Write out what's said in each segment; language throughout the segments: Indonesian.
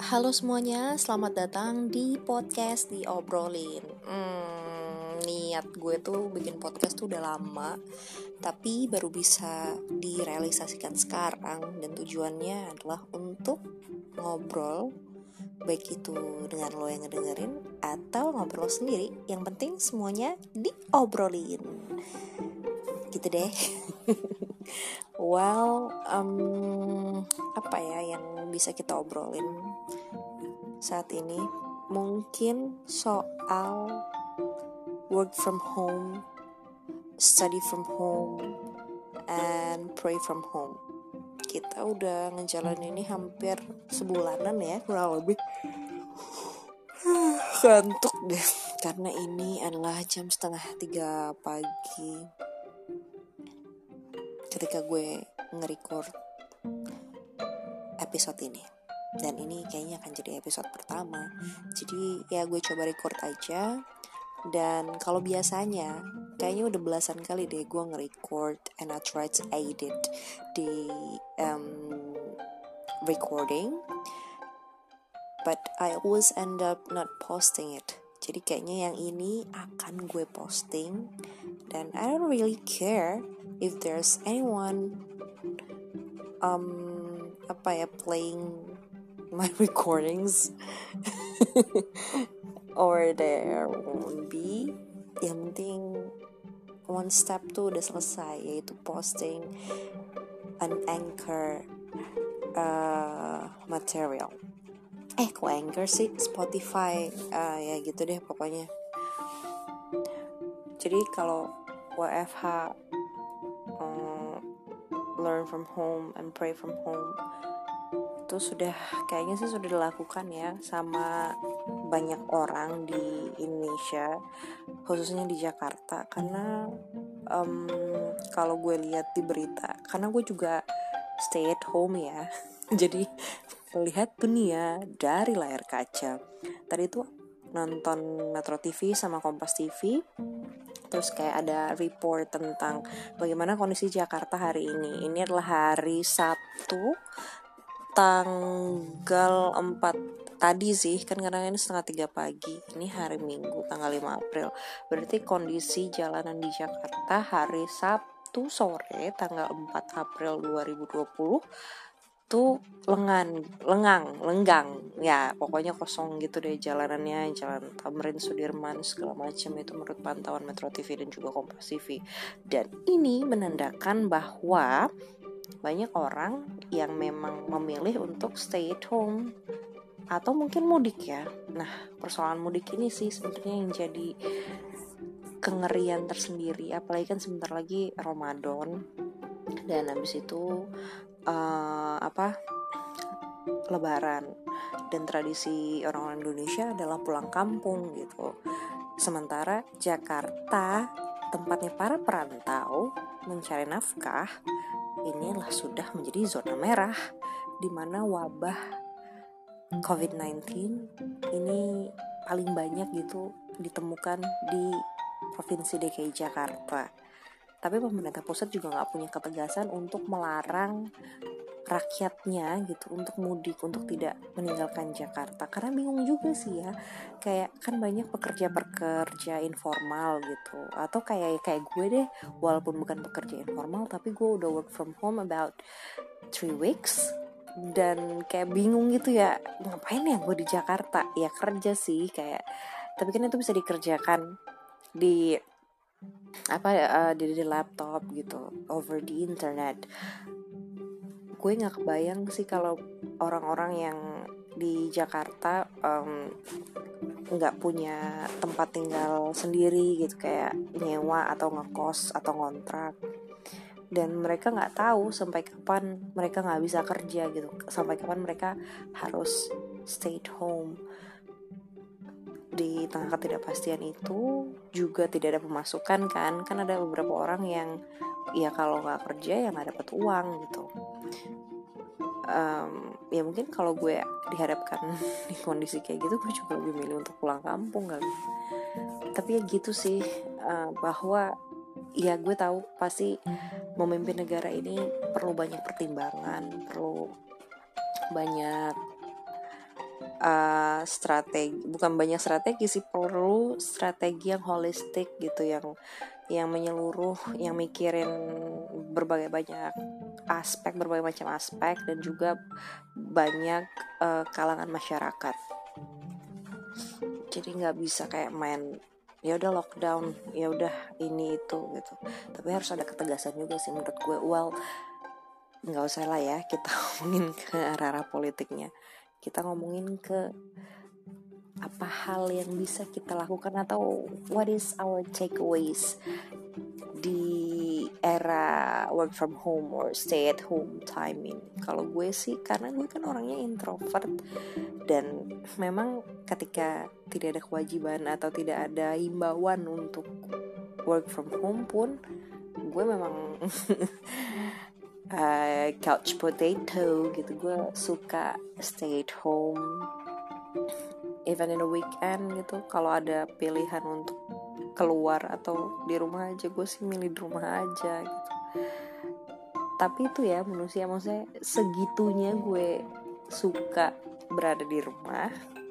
Halo semuanya, selamat datang di podcast Diobrolin. Niat gue tuh bikin podcast tuh udah lama, tapi baru bisa direalisasikan sekarang. Dan tujuannya adalah untuk ngobrol, baik itu dengan lo yang ngedengerin atau ngobrol sendiri. Yang penting semuanya diobrolin. Gitu deh. Well, apa ya yang bisa kita obrolin saat ini? Mungkin soal work from home, study from home, and pray from home. Kita udah ngejalanin ini hampir sebulanan ya, kurang lebih. Gantuk deh, karena ini adalah jam 2:30 pagi ketika gue nge-record episode ini. Dan ini kayaknya akan jadi episode pertama. Jadi ya gue coba record aja. Dan kalau biasanya kayaknya udah belasan kali deh gue nge-record and I try to edit di recording, but I always end up not posting it. Jadi kayaknya yang ini akan gue posting. Dan I don't really care if there's anyone playing my recordings or there won't be. Yang penting one step tuh udah selesai, yaitu posting an Anchor material. Kok Anchor sih? Spotify, ya gitu deh pokoknya. Jadi kalau WFH, learn from home and pray from home, itu kayaknya sudah dilakukan ya sama banyak orang di Indonesia, khususnya di Jakarta. Karena kalau gue lihat di berita, karena gue juga stay at home ya, jadi melihat dunia dari layar kaca. Tadi tuh nonton Metro TV sama Kompas TV, terus kayak ada report tentang bagaimana kondisi Jakarta hari ini. Ini adalah hari Sabtu, tanggal 4 tadi sih, kan karena ini 2:30 pagi. Ini hari Minggu tanggal 5 April. Berarti kondisi jalanan di Jakarta hari Sabtu sore tanggal 4 April 2020 tuh lenggang ya, pokoknya kosong gitu deh jalanannya, Jalan Tamrin, Sudirman, segala macam itu menurut pantauan Metro TV dan juga Kompas TV. Dan ini menandakan bahwa banyak orang yang memang memilih untuk stay at home atau mungkin mudik ya. Nah, persoalan mudik ini sih sebenarnya yang jadi kengerian tersendiri, apalagi kan sebentar lagi Ramadan dan habis itu Lebaran, dan tradisi orang-orang Indonesia adalah pulang kampung gitu. Sementara Jakarta, tempatnya para perantau mencari nafkah, inilah sudah menjadi zona merah, di mana wabah COVID-19 ini paling banyak gitu ditemukan di Provinsi DKI Jakarta. Tapi pemerintah pusat juga nggak punya ketegasan untuk melarang rakyatnya gitu untuk mudik, untuk tidak meninggalkan Jakarta. Karena bingung juga sih ya, kayak kan banyak pekerja informal gitu, atau kayak gue deh, walaupun bukan pekerja informal tapi gue udah work from home about 3 weeks dan kayak bingung gitu ya, ngapain ya gue di Jakarta? Ya kerja sih kayak, tapi kan itu bisa dikerjakan di di laptop gitu, over the internet. Gue nggak kebayang sih kalau orang-orang yang di Jakarta nggak punya tempat tinggal sendiri gitu, kayak nyewa atau ngekos atau ngontrak, dan mereka nggak tahu sampai kapan mereka nggak bisa kerja gitu, sampai kapan mereka harus stay at home. Di tengah ketidakpastian itu juga tidak ada pemasukan kan ada beberapa orang yang ya kalau nggak kerja ya nggak dapat uang gitu. Ya mungkin kalau gue dihadapkan di kondisi kayak gitu, gue juga lebih milih untuk pulang kampung kali. Tapi ya gitu sih, bahwa ya gue tahu pasti memimpin negara ini perlu banyak pertimbangan, perlu banyak banyak strategi sih, perlu strategi yang holistik gitu, yang menyeluruh, yang mikirin berbagai macam aspek dan juga banyak kalangan masyarakat. Jadi nggak bisa kayak main ya udah lockdown, ya udah ini itu gitu. Tapi harus ada ketegasan juga sih menurut gue. Nggak usah lah ya kita ngomongin ke arah politiknya. Kita ngomongin ke apa hal yang bisa kita lakukan atau what is our takeaways di era work from home or stay at home time ini. Kalau gue sih, karena gue kan orangnya introvert, dan memang ketika tidak ada kewajiban atau tidak ada himbauan untuk work from home pun, gue memang couch potato gitu. Gue suka stay at home even in a weekend gitu. Kalau ada pilihan untuk keluar atau di rumah aja, gue sih milih di rumah aja gitu. Tapi itu ya manusia, maksudnya segitunya gue suka berada di rumah.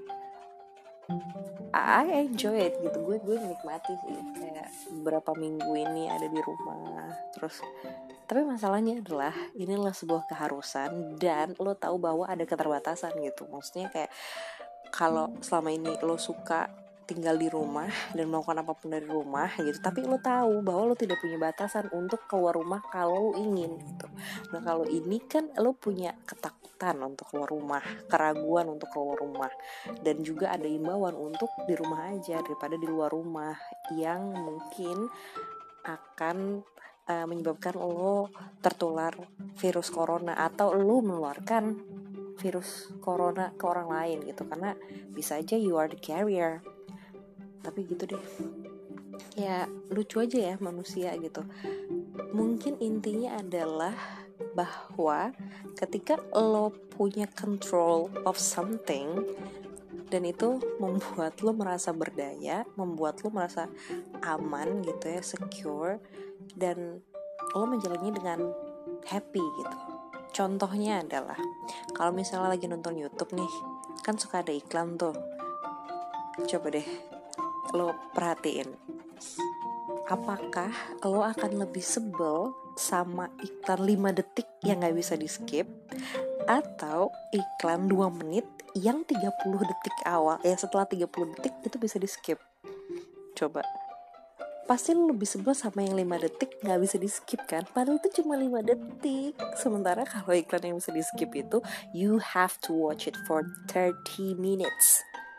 I enjoy it gitu. Gue menikmati sih kayak beberapa minggu ini ada di rumah. Terus tapi masalahnya adalah inilah sebuah keharusan dan lo tahu bahwa ada keterbatasan gitu. Maksudnya kayak kalau selama ini lo suka tinggal di rumah dan melakukan apapun dari rumah gitu, tapi lo tahu bahwa lo tidak punya batasan untuk keluar rumah kalau lo ingin gitu. Nah kalau ini kan lo punya ketakutan untuk keluar rumah, keraguan untuk keluar rumah, dan juga ada imbauan untuk di rumah aja daripada di luar rumah yang mungkin akan menyebabkan lo tertular virus corona atau lo menularkan virus corona ke orang lain gitu, karena bisa aja you are the carrier. Tapi gitu deh, ya lucu aja ya manusia gitu. Mungkin intinya adalah bahwa ketika lo punya control of something dan itu membuat lo merasa berdaya, membuat lo merasa aman gitu ya, secure, dan lo menjalani dengan happy gitu. Contohnya adalah kalau misalnya lagi nonton YouTube nih, kan suka ada iklan tuh. Coba deh lo perhatiin, apakah lo akan lebih sebel sama iklan 5 detik yang gak bisa di skip, atau iklan 2 menit yang 30 detik awal setelah 30 detik itu bisa di skip? Coba, pasti lo lebih sebel sama yang 5 detik gak bisa di skip kan, padahal itu cuma 5 detik. Sementara kalau iklan yang bisa di skip itu you have to watch it for 30 minutes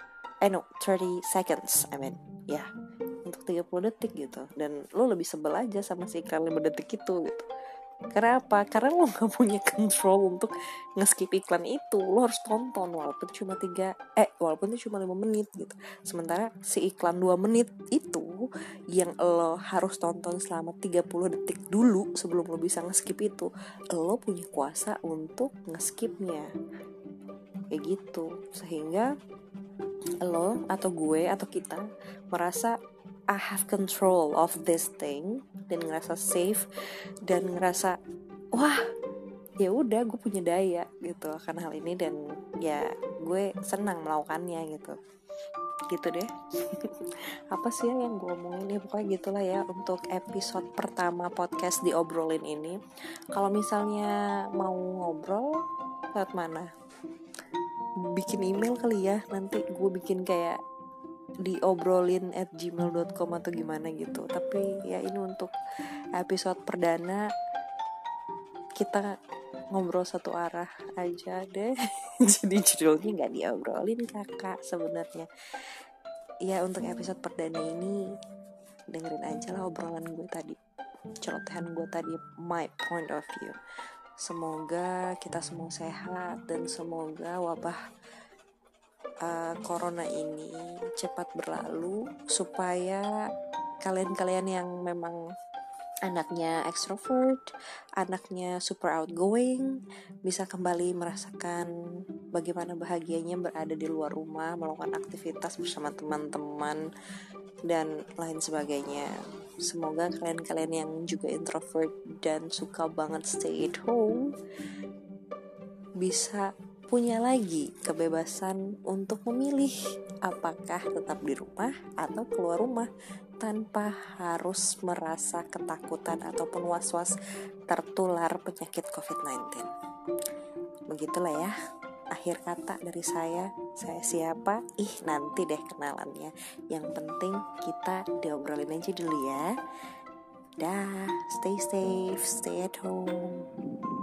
30 seconds untuk 30 detik gitu. Dan lo lebih sebel aja sama si iklan 5 detik itu gitu. Kenapa? Karena lo gak punya control untuk nge-skip iklan itu. Lo harus tonton walaupun itu cuma 5 menit gitu. Sementara si iklan 2 menit itu yang lo harus tonton selama 30 detik dulu sebelum lo bisa nge-skip itu, lo punya kuasa untuk nge-skipnya. Kayak gitu. Sehingga lo atau gue atau kita merasa I have control of this thing dan ngerasa safe dan ngerasa wah ya udah gue punya daya gitu akan hal ini, dan ya gue senang melakukannya gitu deh. Apa sih yang gue omongin ya, pokoknya gitulah ya untuk episode pertama podcast Diobrolin ini. Kalau misalnya mau ngobrol lewat mana? Bikin email kali ya, nanti gue bikin kayak diobrolin@gmail.com atau gimana gitu. Tapi ya ini untuk episode perdana kita ngobrol satu arah aja deh. Jadi judulnya gak diobrolin kakak sebenarnya. Ya untuk episode perdana ini dengerin aja lah obrolan gue tadi, celotehan gue tadi, my point of view. Semoga kita semua sehat dan semoga wabah corona ini cepat berlalu supaya kalian-kalian yang memang anaknya extrovert, anaknya super outgoing, bisa kembali merasakan bagaimana bahagianya berada di luar rumah, melakukan aktivitas bersama teman-teman dan lain sebagainya. Semoga kalian-kalian yang juga introvert dan suka banget stay at home bisa punya lagi kebebasan untuk memilih apakah tetap di rumah atau keluar rumah tanpa harus merasa ketakutan ataupun was-was tertular penyakit COVID-19. Begitulah ya, akhir kata dari saya siapa? Nanti deh kenalannya. Yang penting kita diobrolin aja dulu ya. Dah, stay safe, stay at home.